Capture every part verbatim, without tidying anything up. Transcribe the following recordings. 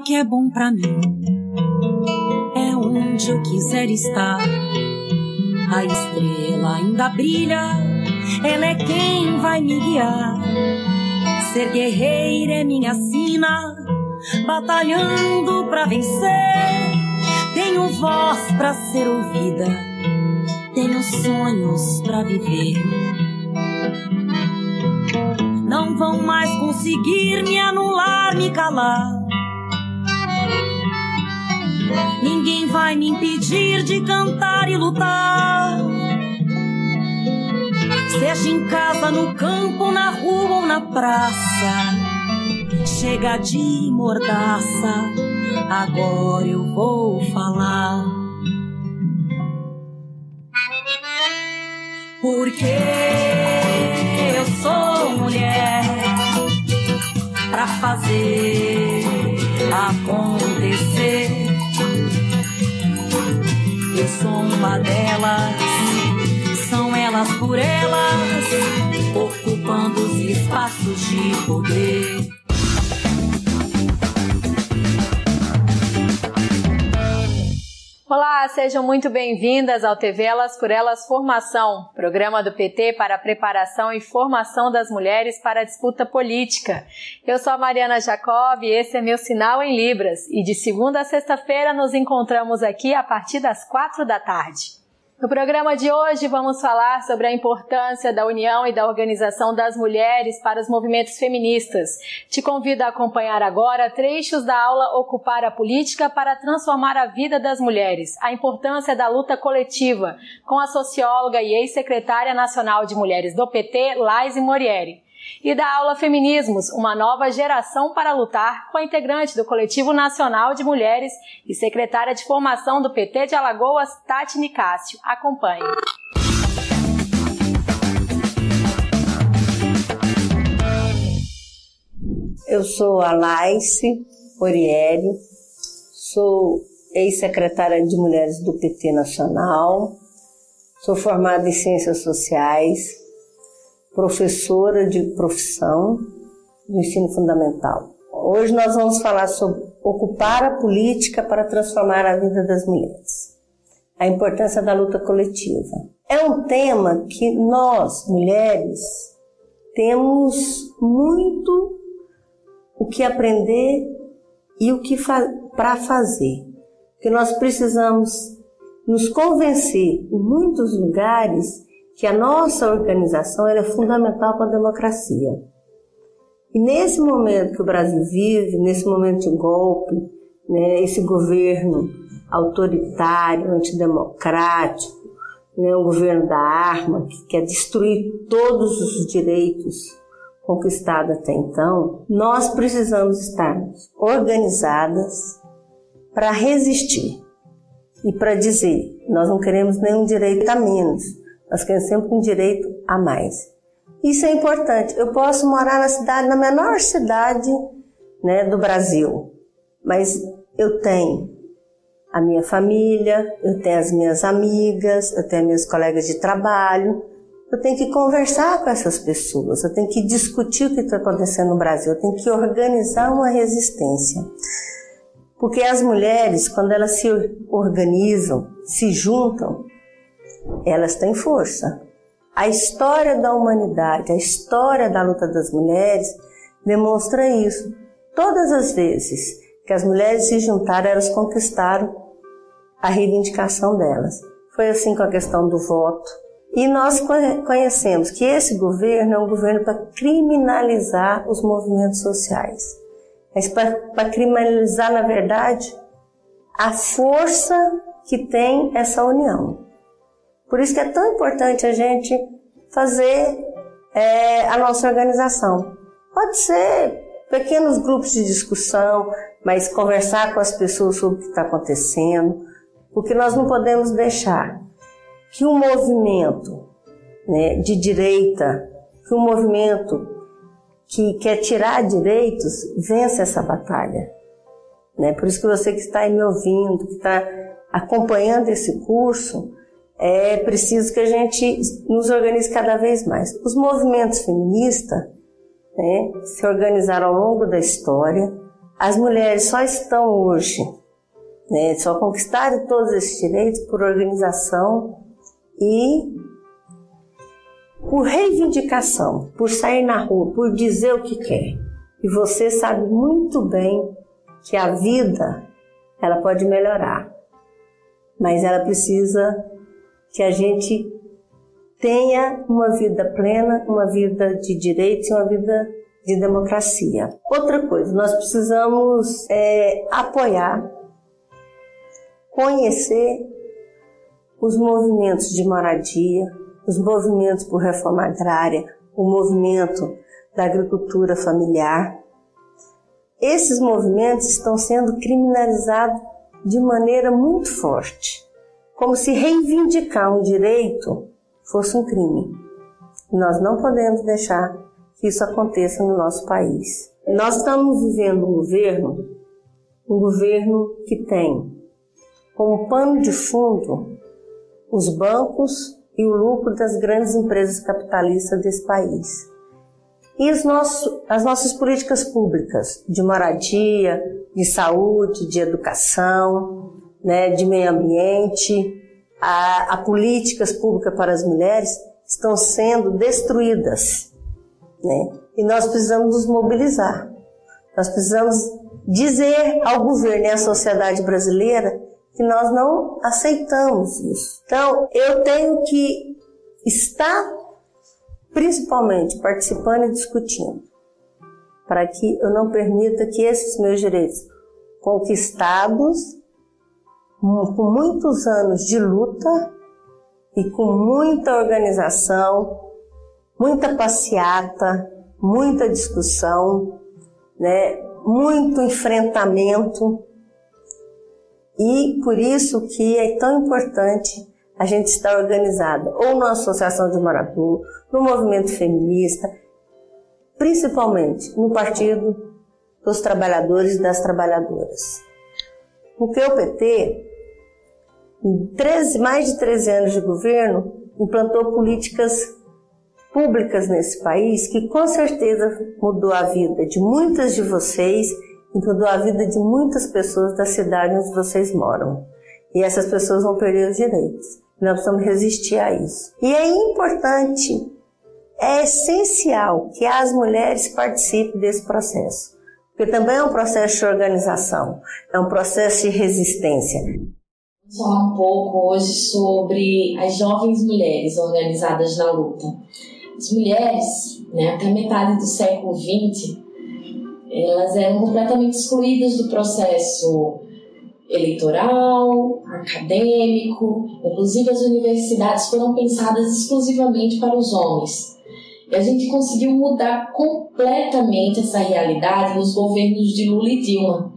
que é bom pra mim é onde eu quiser estar. A estrela ainda brilha, ela é quem vai me guiar. Ser guerreira é minha sina, batalhando pra vencer. Tenho voz pra ser ouvida, tenho sonhos pra viver. Não vão mais conseguir me anular, me calar. Ninguém vai me impedir de cantar e lutar. Seja em casa, no campo, na rua ou na praça. Chega de mordaça, agora eu vou falar. Porque eu sou mulher pra fazer acontecer. Eu sou uma delas, são elas por elas, ocupando os espaços de poder. Olá, sejam muito bem-vindas ao T V Elas por Elas Formação, programa do P T para a preparação e formação das mulheres para a disputa política. Eu sou a Mariana Jacob e esse é meu sinal em Libras, e de segunda a sexta-feira nos encontramos aqui a partir das quatro da tarde. No programa de hoje vamos falar sobre a importância da união e da organização das mulheres para os movimentos feministas. Te convido a acompanhar agora trechos da aula Ocupar a Política para Transformar a Vida das Mulheres, a importância da luta coletiva, com a socióloga e ex-secretária nacional de mulheres do P T, Laise Morieri. E da aula Feminismos, uma nova geração para lutar, com a integrante do Coletivo Nacional de Mulheres e secretária de formação do P T de Alagoas, Tati Nicásio. Acompanhe. Eu sou a Laise Morieri, sou ex-secretária de Mulheres do P T Nacional, sou formada em Ciências Sociais, professora de profissão do ensino fundamental. Hoje nós vamos falar sobre ocupar a política para transformar a vida das mulheres. A importância da luta coletiva. É um tema que nós, mulheres, temos muito o que aprender e o que fa- para fazer. Porque nós precisamos nos convencer em muitos lugares que a nossa organização ela é fundamental para a democracia. E nesse momento que o Brasil vive, nesse momento de golpe, né, esse governo autoritário, antidemocrático, né, o governo da arma, que quer destruir todos os direitos conquistados até então, nós precisamos estar organizadas para resistir e para dizer, nós não queremos nenhum direito a menos, nós queremos sempre um direito a mais. Isso é importante. Eu posso morar na cidade, na menor cidade, né, do Brasil, mas eu tenho a minha família, eu tenho as minhas amigas, eu tenho minhas colegas de trabalho. Eu tenho que conversar com essas pessoas, eu tenho que discutir o que está acontecendo no Brasil, eu tenho que organizar uma resistência. Porque as mulheres, quando elas se organizam, se juntam, elas têm força. A história da humanidade, a história da luta das mulheres demonstra isso. Todas as vezes que as mulheres se juntaram, elas conquistaram a reivindicação delas. Foi assim com a questão do voto. E nós conhecemos que esse governo é um governo para criminalizar os movimentos sociais. Mas para criminalizar, na verdade, a força que tem essa união. Por isso que é tão importante a gente fazer é, a nossa organização. Pode ser pequenos grupos de discussão, mas conversar com as pessoas sobre o que está acontecendo, porque nós não podemos deixar que um movimento, né, de direita, que um movimento que quer tirar direitos, vença essa batalha. Né? Por isso que você que está aí me ouvindo, que está acompanhando esse curso, é preciso que a gente nos organize cada vez mais. Os movimentos feministas, né, se organizaram ao longo da história. as mulheres só estão hoje, né, só conquistaram todos esses direitos por organização e por reivindicação, por sair na rua, por dizer o que quer. E você sabe muito bem que a vida, ela pode melhorar, mas ela precisa que a gente tenha uma vida plena, uma vida de direitos e uma vida de democracia. Outra coisa, nós precisamos é, apoiar, conhecer os movimentos de moradia, os movimentos por reforma agrária, o movimento da agricultura familiar. Esses movimentos estão sendo criminalizados de maneira muito forte, como se reivindicar um direito fosse um crime. Nós não podemos deixar que isso aconteça no nosso país. Nós estamos vivendo um governo, um governo que tem como pano de fundo os bancos e o lucro das grandes empresas capitalistas desse país. E os nossos, as nossas políticas públicas de moradia, de saúde, de educação, né, de meio ambiente, a, a políticas públicas para as mulheres estão sendo destruídas, né? E nós precisamos nos mobilizar. Nós precisamos dizer ao governo e à sociedade brasileira que nós não aceitamos isso. Então, eu tenho que estar, principalmente, participando e discutindo, para que eu não permita que esses meus direitos conquistados, com muitos anos de luta e com muita organização, muita passeata, muita discussão, né, muito enfrentamento. E por isso que é tão importante a gente estar organizada, ou numa associação de morador, no movimento feminista, principalmente no Partido dos Trabalhadores e das Trabalhadoras. Porque o P T, em treze, mais de treze anos de governo, implantou políticas públicas nesse país que com certeza mudou a vida de muitas de vocês e mudou a vida de muitas pessoas da cidade onde vocês moram. E essas pessoas vão perder os direitos. Nós precisamos resistir a isso. E é importante, é essencial que as mulheres participem desse processo. Porque também é um processo de organização, é um processo de resistência. Vamos falar um pouco hoje sobre as jovens mulheres organizadas na luta. As mulheres, né, até metade do século vinte, elas eram completamente excluídas do processo eleitoral, acadêmico, inclusive as universidades foram pensadas exclusivamente para os homens. E a gente conseguiu mudar completamente essa realidade nos governos de Lula e Dilma.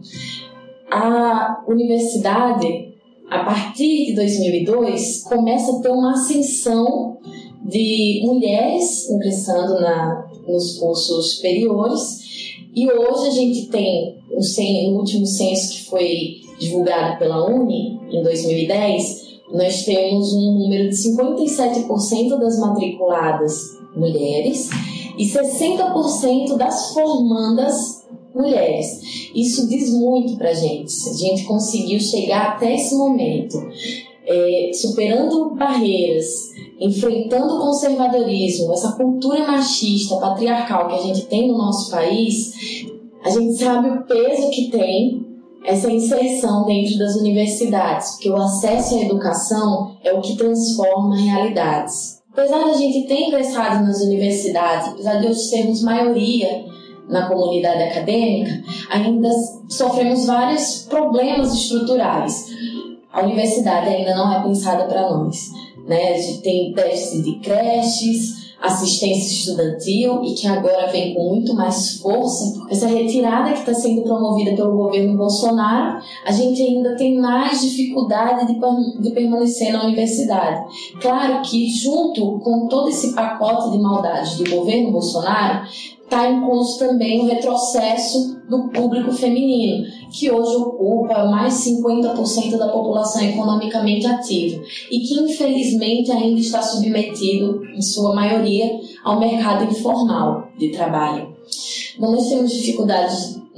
A universidade, a partir de dois mil e dois, começa a ter uma ascensão de mulheres ingressando na, nos cursos superiores. E hoje a gente tem, no último censo que foi divulgado pela UNE, em dois mil e dez, nós temos um número de cinquenta e sete por cento das matriculadas mulheres e sessenta por cento das formandas mulheres. Isso diz muito pra gente. A gente conseguiu chegar até esse momento, é, superando barreiras, enfrentando o conservadorismo, essa cultura machista, patriarcal que a gente tem no nosso país. A gente sabe o peso que tem essa inserção dentro das universidades, porque o acesso à educação é o que transforma realidades. Apesar da gente ter ingressado nas universidades, apesar de hoje sermos maioria na comunidade acadêmica, ainda sofremos vários problemas estruturais. A universidade ainda não é pensada para nós, né? A gente tem déficit de creches, assistência estudantil, e que agora vem com muito mais força, porque essa retirada que está sendo promovida pelo governo Bolsonaro, a gente ainda tem mais dificuldade de, de permanecer na universidade. Claro que junto com todo esse pacote de maldades do governo Bolsonaro, está incluso também o retrocesso do público feminino, que hoje ocupa mais de cinquenta por cento da população economicamente ativa e que infelizmente ainda está submetido, em sua maioria, ao mercado informal de trabalho. Então, nós temos dificuldades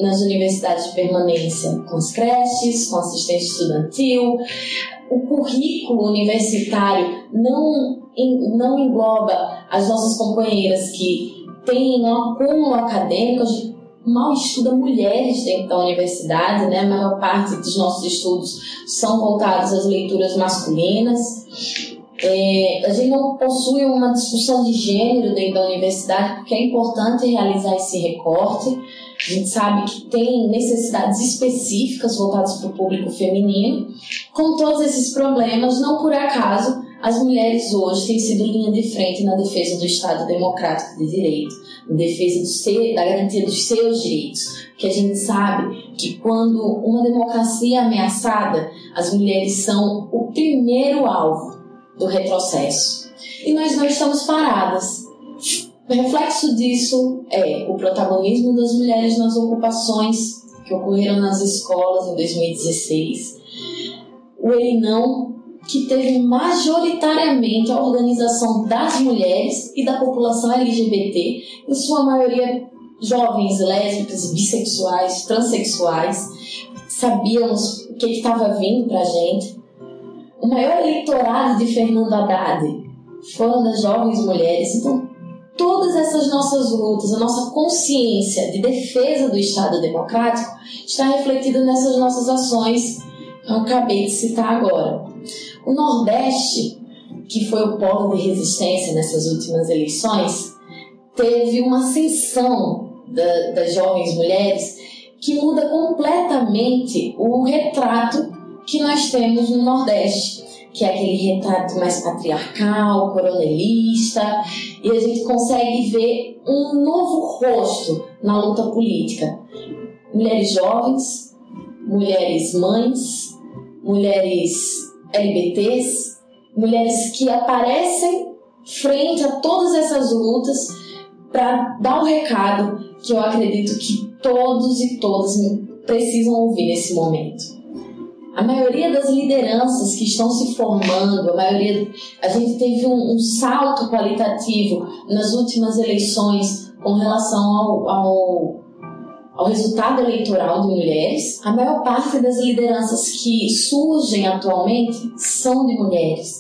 nas universidades de permanência com as creches, com assistente estudantil. O currículo universitário não, não engloba as nossas companheiras que têm um acúmulo acadêmico. A gente mal estuda mulheres dentro da universidade, né? A maior parte dos nossos estudos são voltados às leituras masculinas. É, a gente não possui uma discussão de gênero dentro da universidade, porque é importante realizar esse recorte. A gente sabe que tem necessidades específicas voltadas para o público feminino. Com todos esses problemas, não por acaso, as mulheres hoje têm sido linha de frente na defesa do Estado Democrático de Direito, na defesa do seu, da garantia dos seus direitos. Porque a gente sabe que quando uma democracia é ameaçada, as mulheres são o primeiro alvo do retrocesso. E nós não estamos paradas. O reflexo disso é o protagonismo das mulheres nas ocupações que ocorreram nas escolas em dois mil e dezesseis. O Ele Não, que teve majoritariamente a organização das mulheres e da população L G B T, em sua maioria jovens, lésbicas, bissexuais, transexuais. Sabíamos o que estava vindo para a gente. O maior eleitorado de Fernando Haddad foram das jovens mulheres. Então, todas essas nossas lutas, a nossa consciência de defesa do Estado Democrático está refletida nessas nossas ações que eu acabei de citar agora. O Nordeste, que foi o polo de resistência nessas últimas eleições, teve uma ascensão da, das jovens mulheres que muda completamente o retrato que nós temos no Nordeste, que é aquele retrato mais patriarcal, coronelista, e a gente consegue ver um novo rosto na luta política. Mulheres jovens, mulheres mães, mulheres L G B Ts, mulheres que aparecem frente a todas essas lutas para dar um recado que eu acredito que todos e todas precisam ouvir nesse momento. A maioria das lideranças que estão se formando, a maioria, a gente teve um, um salto qualitativo nas últimas eleições com relação ao, ao, ao resultado eleitoral de mulheres. A maior parte das lideranças que surgem atualmente são de mulheres.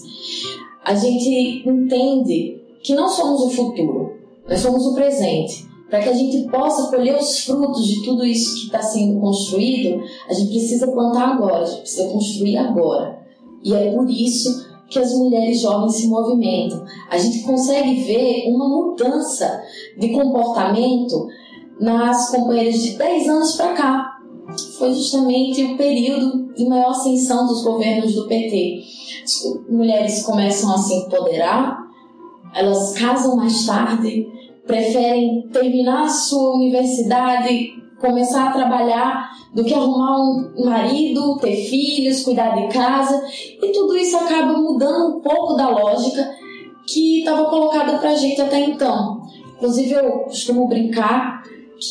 A gente entende que não somos o futuro, nós somos o presente. Para que a gente possa colher os frutos de tudo isso que está sendo construído, a gente precisa plantar agora, a gente precisa construir agora. E é por isso que as mulheres jovens se movimentam. A gente consegue ver uma mudança de comportamento nas companheiras de dez anos para cá. Foi justamente o período de maior ascensão dos governos do P T. As mulheres começam a se empoderar, elas casam mais tarde, preferem terminar a sua universidade, começar a trabalhar, do que arrumar um marido, ter filhos, cuidar de casa. E tudo isso acaba mudando um pouco da lógica que estava colocada pra gente até então. Inclusive, eu costumo brincar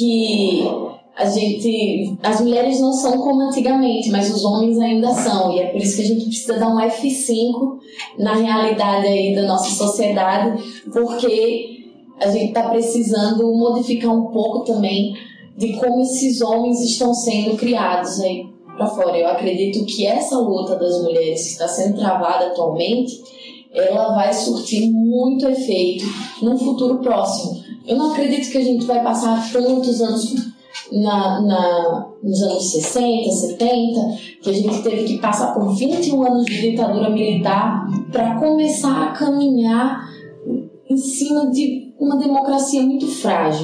que a gente, as mulheres não são como antigamente, mas os homens ainda são. E é por isso que a gente precisa dar um F cinco na realidade aí da nossa sociedade, porque a gente está precisando modificar um pouco também de como esses homens estão sendo criados aí para fora. Eu acredito que essa luta das mulheres que está sendo travada atualmente, ela vai surtir muito efeito num futuro próximo. Eu não acredito que a gente vai passar tantos anos na, na, nos anos sessenta, setenta, que a gente teve que passar por vinte e um anos de ditadura militar para começar a caminhar em cima de uma democracia muito frágil.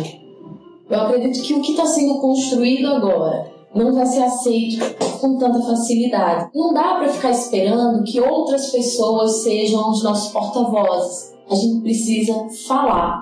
Eu acredito que o que está sendo construído agora não vai ser aceito com tanta facilidade. Não dá para ficar esperando que outras pessoas sejam os nossos porta-vozes. A gente precisa falar.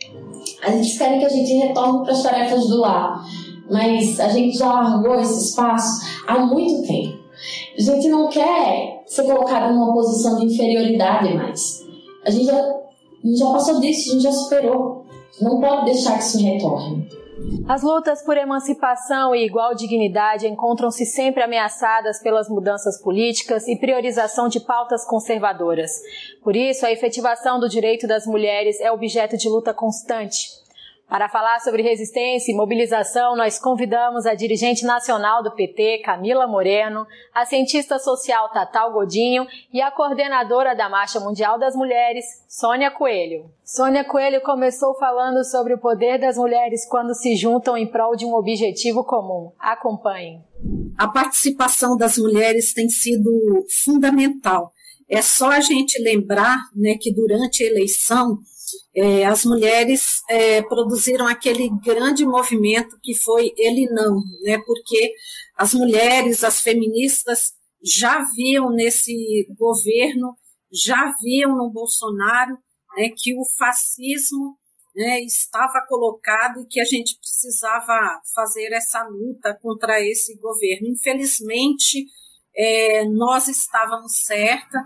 A gente quer que a gente retorne para as tarefas do lar, mas a gente já largou esse espaço há muito tempo. A gente não quer ser colocada numa posição de inferioridade mais. A gente já A gente já passou disso, a gente já superou. Não pode deixar que isso retorne. As lutas por emancipação e igual dignidade encontram-se sempre ameaçadas pelas mudanças políticas e priorização de pautas conservadoras. Por isso, a efetivação do direito das mulheres é objeto de luta constante. Para falar sobre resistência e mobilização, nós convidamos a dirigente nacional do P T, Camila Moreno, a cientista social Tatal Godinho e a coordenadora da Marcha Mundial das Mulheres, Sônia Coelho. Sônia Coelho começou falando sobre o poder das mulheres quando se juntam em prol de um objetivo comum. Acompanhe. A participação das mulheres tem sido fundamental. É só a gente lembrar, né, que durante a eleição É, as mulheres é, produziram aquele grande movimento que foi Ele Não, né, porque as mulheres, as feministas já viam nesse governo, já viam no Bolsonaro, né, que o fascismo, né, estava colocado e que a gente precisava fazer essa luta contra esse governo. Infelizmente, é, nós estávamos certas.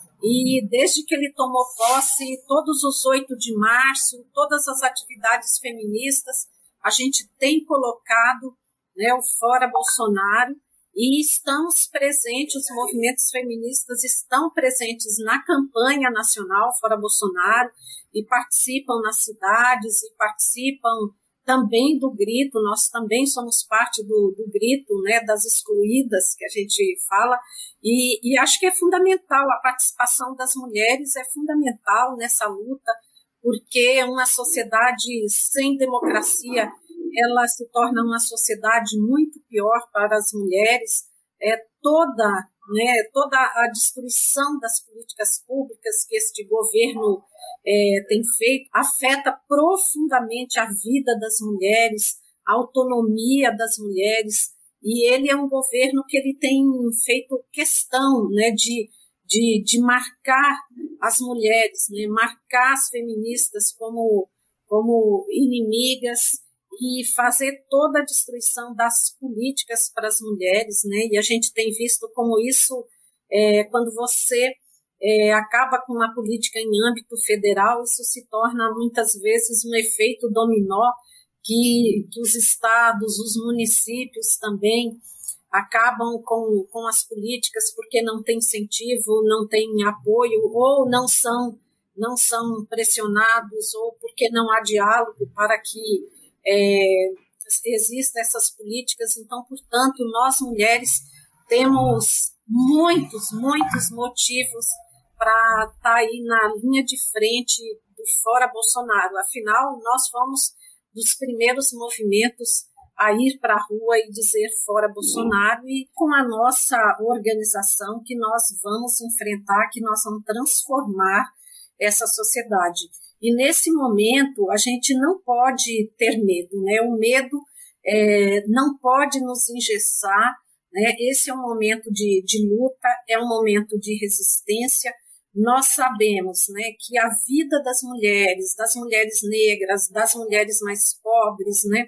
E desde que ele tomou posse, todos os oito de março, todas as atividades feministas, a gente tem colocado, né, o Fora Bolsonaro e estamos presentes, os movimentos feministas estão presentes na campanha nacional Fora Bolsonaro e participam nas cidades e participam também do grito, nós também somos parte do, do grito, né, das excluídas, que a gente fala, e, e acho que é fundamental, a participação das mulheres é fundamental nessa luta, porque uma sociedade sem democracia, ela se torna uma sociedade muito pior para as mulheres, é toda, né, toda a destruição das políticas públicas que este governo É, tem feito, afeta profundamente a vida das mulheres, a autonomia das mulheres, e ele é um governo que ele tem feito questão, né, de, de, de marcar as mulheres, né, marcar as feministas como, como inimigas e fazer toda a destruição das políticas para as mulheres, né, e a gente tem visto como isso, é, quando você É, acaba com uma política em âmbito federal, isso se torna muitas vezes um efeito dominó que, que os estados, os municípios também acabam com, com as políticas porque não tem incentivo, não tem apoio ou não são, não são pressionados ou porque não há diálogo para que é, existam essas políticas. Então, portanto, nós mulheres temos muitos, muitos motivos para estar tá aí na linha de frente do Fora Bolsonaro. Afinal, nós fomos dos primeiros movimentos a ir para a rua e dizer Fora Bolsonaro, e com a nossa organização que nós vamos enfrentar, que nós vamos transformar essa sociedade. E nesse momento, a gente não pode ter medo, né? O medo é, não pode nos engessar, né? Esse é um momento de, de luta, é um momento de resistência. Nós sabemos, né, que a vida das mulheres, das mulheres negras, das mulheres mais pobres, né,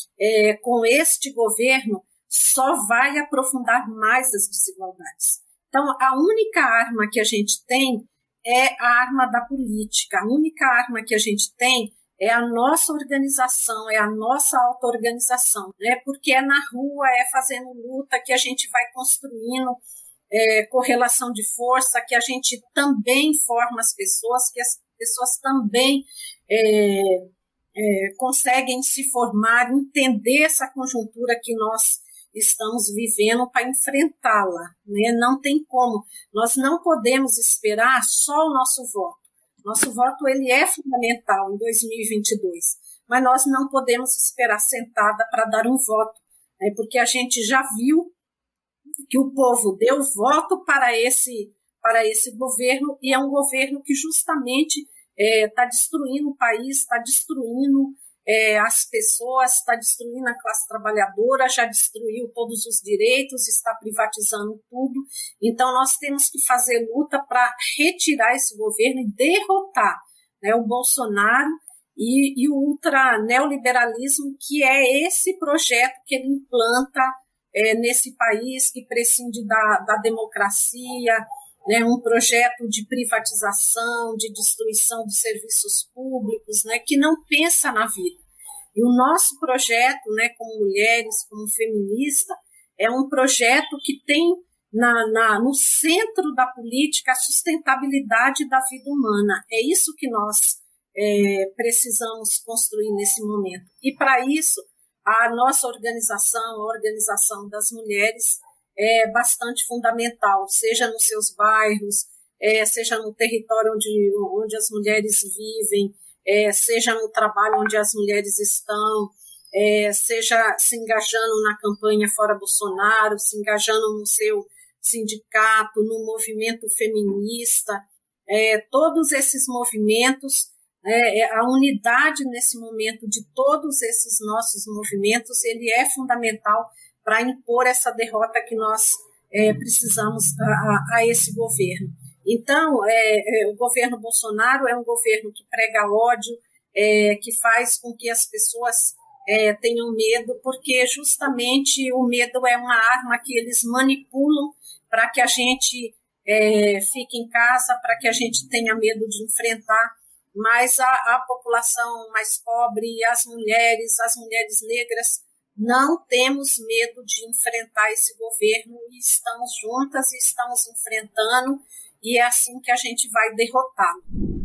é, com este governo, só vai aprofundar mais as desigualdades. Então, a única arma que a gente tem é a arma da política. A única arma que a gente tem é a nossa organização, é a nossa auto-organização, né? Porque é na rua, é fazendo luta que a gente vai construindo é, correlação de força, que a gente também forma as pessoas, que as pessoas também é, é, conseguem se formar, entender essa conjuntura que nós estamos vivendo para enfrentá-la, né? Não tem como, nós não podemos esperar só o nosso voto. Nosso voto ele é fundamental em dois mil e vinte e dois, mas nós não podemos esperar sentada para dar um voto, né? Porque a gente já viu que o povo deu voto para esse, para esse governo, e é um governo que justamente está é, destruindo o país, está destruindo é, as pessoas, está destruindo a classe trabalhadora, já destruiu todos os direitos, está privatizando tudo. Então, nós temos que fazer luta para retirar esse governo e derrotar, né, o Bolsonaro e, e o ultra-neoliberalismo, que é esse projeto que ele implanta é, nesse país, que prescinde da, da democracia, né, um projeto de privatização, de destruição dos serviços públicos, né, que não pensa na vida. E o nosso projeto, né, como mulheres, como feminista, é um projeto que tem na, na, no centro da política a sustentabilidade da vida humana. É isso que nós é, precisamos construir nesse momento. E para isso, a nossa organização, a organização das mulheres, é bastante fundamental, seja nos seus bairros, é, seja no território onde, onde as mulheres vivem, é, seja no trabalho onde as mulheres estão, é, seja se engajando na campanha Fora Bolsonaro, se engajando no seu sindicato, no movimento feminista, é, todos esses movimentos, é, a unidade nesse momento de todos esses nossos movimentos, ele é fundamental para impor essa derrota que nós é, precisamos a, a, a esse governo. Então, é, é, o governo Bolsonaro é um governo que prega ódio, é, que faz com que as pessoas é, tenham medo, porque justamente o medo é uma arma que eles manipulam para que a gente é, fique em casa, para que a gente tenha medo de enfrentar, mas a, a população mais pobre, as mulheres, as mulheres negras, não temos medo de enfrentar esse governo e estamos juntas e estamos enfrentando, e é assim que a gente vai derrotá-lo.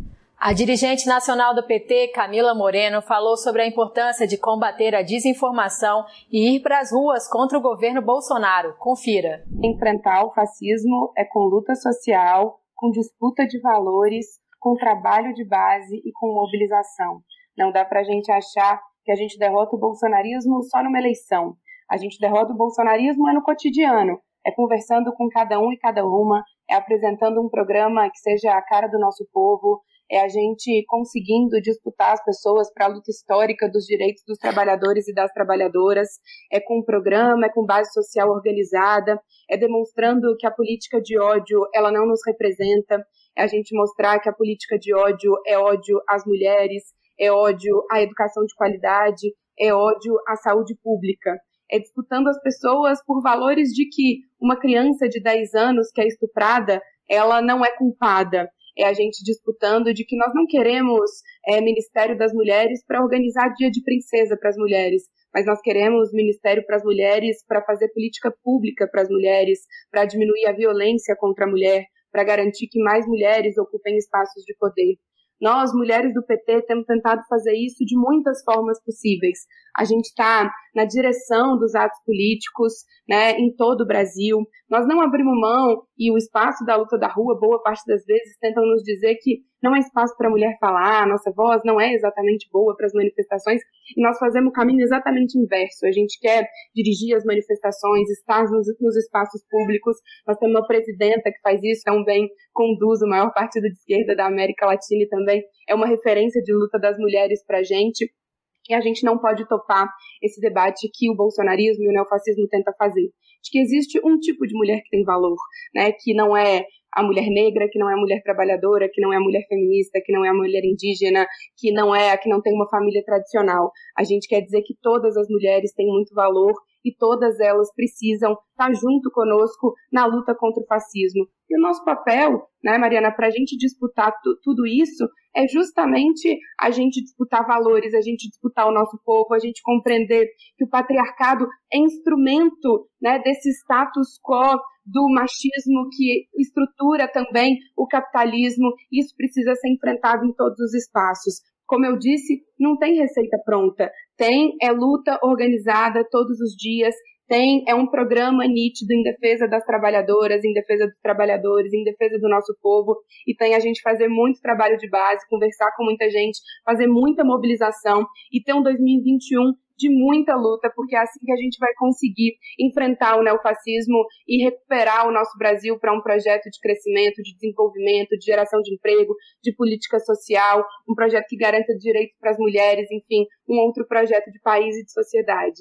A dirigente nacional do P T, Camila Moreno, falou sobre a importância de combater a desinformação e ir para as ruas contra o governo Bolsonaro. Confira. Enfrentar o fascismo é com luta social, com disputa de valores, com trabalho de base e com mobilização. Não dá para a gente achar que a gente derrota o bolsonarismo só numa eleição. A gente derrota o bolsonarismo é no cotidiano, é conversando com cada um e cada uma, é apresentando um programa que seja a cara do nosso povo, é a gente conseguindo disputar as pessoas para a luta histórica dos direitos dos trabalhadores e das trabalhadoras, é com um programa, é com base social organizada, é demonstrando que a política de ódio ela não nos representa, é a gente mostrar que a política de ódio é ódio às mulheres, é ódio à educação de qualidade, é ódio à saúde pública. É disputando as pessoas por valores de que uma criança de dez anos que é estuprada, ela não é culpada. É a gente disputando de que nós não queremos é, Ministério das Mulheres para organizar dia de princesa para as mulheres, mas nós queremos Ministério para as Mulheres para fazer política pública para as mulheres, para diminuir a violência contra a mulher, para garantir que mais mulheres ocupem espaços de poder. Nós, mulheres do P T, temos tentado fazer isso de muitas formas possíveis. A gente está na direção dos atos políticos, né, em todo o Brasil. Nós não abrimos mão, e o espaço da luta da rua, boa parte das vezes, tentam nos dizer que não é espaço para a mulher falar, a nossa voz não é exatamente boa para as manifestações, e nós fazemos o caminho exatamente inverso. A gente quer dirigir as manifestações, estar nos, nos espaços públicos. Nós temos uma presidenta que faz isso, também conduz o maior partido de esquerda da América Latina e também é uma referência de luta das mulheres para a gente. E a gente não pode topar esse debate que o bolsonarismo e o neofascismo tentam fazer. De que existe um tipo de mulher que tem valor, né? Que não é a mulher negra, que não é a mulher trabalhadora, que não é a mulher feminista, que não é a mulher indígena, que não é a que não tem uma família tradicional. A gente quer dizer que todas as mulheres têm muito valor e todas elas precisam estar junto conosco na luta contra o fascismo. E o nosso papel, né, Mariana, para a gente disputar tu, tudo isso, é justamente a gente disputar valores, a gente disputar o nosso povo, a gente compreender que o patriarcado é instrumento, né, desse status quo do machismo que estrutura também o capitalismo. Isso precisa ser enfrentado em todos os espaços. Como eu disse, não tem receita pronta. Tem é luta organizada todos os dias, tem é um programa nítido em defesa das trabalhadoras, em defesa dos trabalhadores, em defesa do nosso povo, e tem a gente fazer muito trabalho de base, conversar com muita gente, fazer muita mobilização e ter um dois mil e vinte e um de muita luta, porque é assim que a gente vai conseguir enfrentar o neofascismo e recuperar o nosso Brasil para um projeto de crescimento, de desenvolvimento, de geração de emprego, de política social, um projeto que garanta direitos para as mulheres, enfim, um outro projeto de país e de sociedade.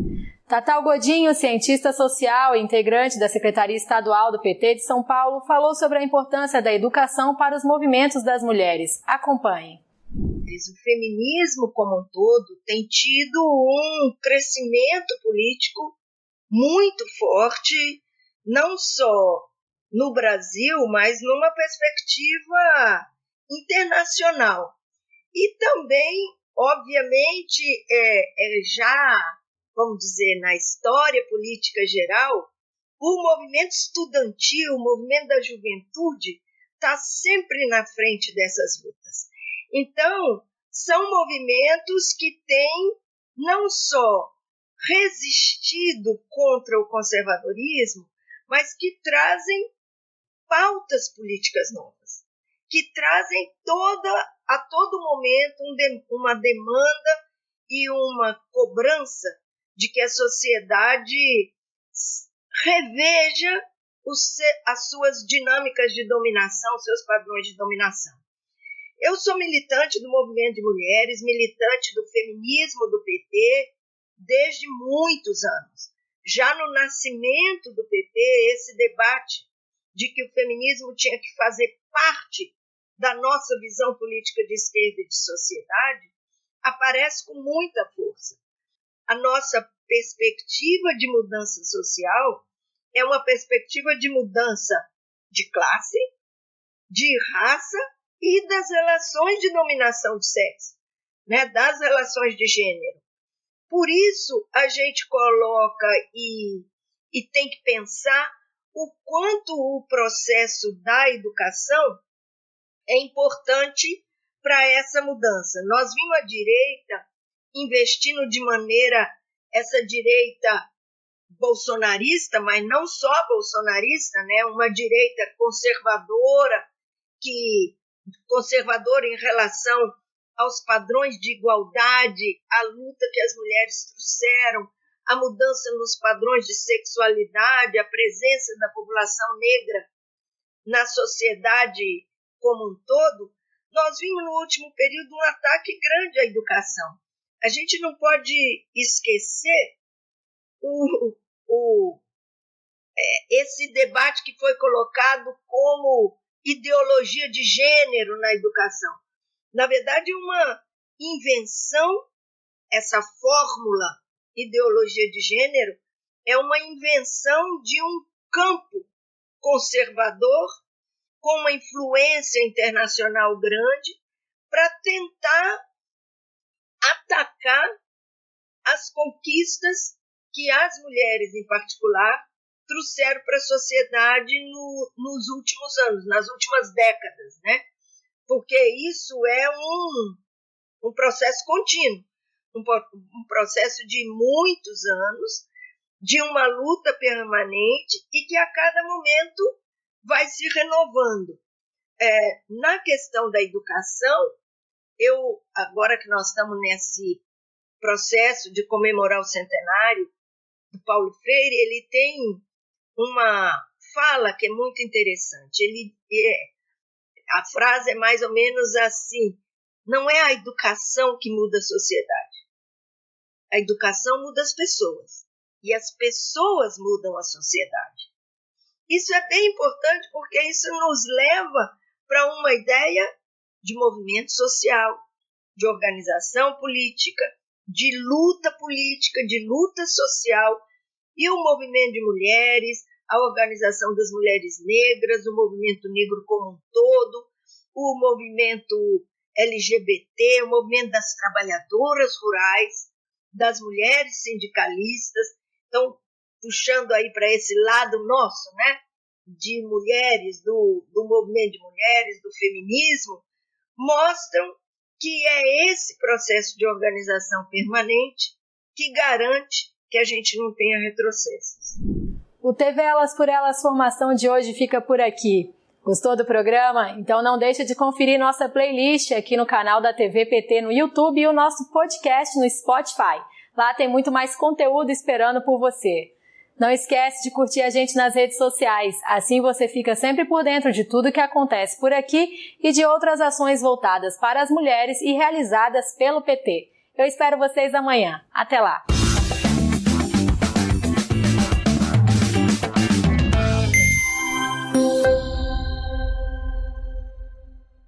Tatal Godinho, cientista social e integrante da Secretaria Estadual do P T de São Paulo, falou sobre a importância da educação para os movimentos das mulheres. Acompanhe. O feminismo como um todo tem tido um crescimento político muito forte, não só no Brasil, mas numa perspectiva internacional. E também, obviamente, é, é já, vamos dizer, na história política geral, o movimento estudantil, o movimento da juventude, está sempre na frente dessas lutas. Então, são movimentos que têm não só resistido contra o conservadorismo, mas que trazem pautas políticas novas, que trazem toda, a todo momento um de, uma demanda e uma cobrança de que a sociedade reveja os, as suas dinâmicas de dominação, seus padrões de dominação. Eu sou militante do movimento de mulheres, militante do feminismo do P T desde muitos anos. Já no nascimento do P T, esse debate de que o feminismo tinha que fazer parte da nossa visão política de esquerda e de sociedade aparece com muita força. A nossa perspectiva de mudança social é uma perspectiva de mudança de classe, de raça e das relações de dominação de sexo, né? Das relações de gênero. Por isso, a gente coloca e, e tem que pensar o quanto o processo da educação é importante para essa mudança. Nós vimos a direita investindo de maneira, essa direita bolsonarista, mas não só bolsonarista, né? Uma direita conservadora, que, conservadora em relação aos padrões de igualdade, a luta que as mulheres trouxeram, a mudança nos padrões de sexualidade, a presença da população negra na sociedade como um todo. Nós vimos no último período um ataque grande à educação. A gente não pode esquecer o, o, é, esse debate que foi colocado como ideologia de gênero na educação. Na verdade, uma invenção, essa fórmula ideologia de gênero, é uma invenção de um campo conservador com uma influência internacional grande para tentar atacar as conquistas que as mulheres, em particular, trouxeram para a sociedade no, nos últimos anos, nas últimas décadas, né? Porque isso é um, um processo contínuo, um, um processo de muitos anos, de uma luta permanente e que a cada momento vai se renovando. É, na questão da educação, eu, agora que nós estamos nesse processo de comemorar o centenário do Paulo Freire, ele tem uma fala que é muito interessante. Ele, é, a frase é mais ou menos assim: não é a educação que muda a sociedade, a educação muda as pessoas, e as pessoas mudam a sociedade. Isso é bem importante porque isso nos leva para uma ideia de movimento social, de organização política, de luta política, de luta social, e o movimento de mulheres, a organização das mulheres negras, o movimento negro como um todo, o movimento L G B T, o movimento das trabalhadoras rurais, das mulheres sindicalistas. Então, puxando aí para esse lado nosso, né, de mulheres, do, do movimento de mulheres, do feminismo, mostram que é esse processo de organização permanente que garante que a gente não tenha retrocessos. O T V Elas por Elas Formação de hoje fica por aqui. Gostou do programa? Então não deixa de conferir nossa playlist aqui no canal da T V P T no YouTube e o nosso podcast no Spotify. Lá tem muito mais conteúdo esperando por você. Não esquece de curtir a gente nas redes sociais, assim você fica sempre por dentro de tudo que acontece por aqui e de outras ações voltadas para as mulheres e realizadas pelo P T. Eu espero vocês amanhã. Até lá!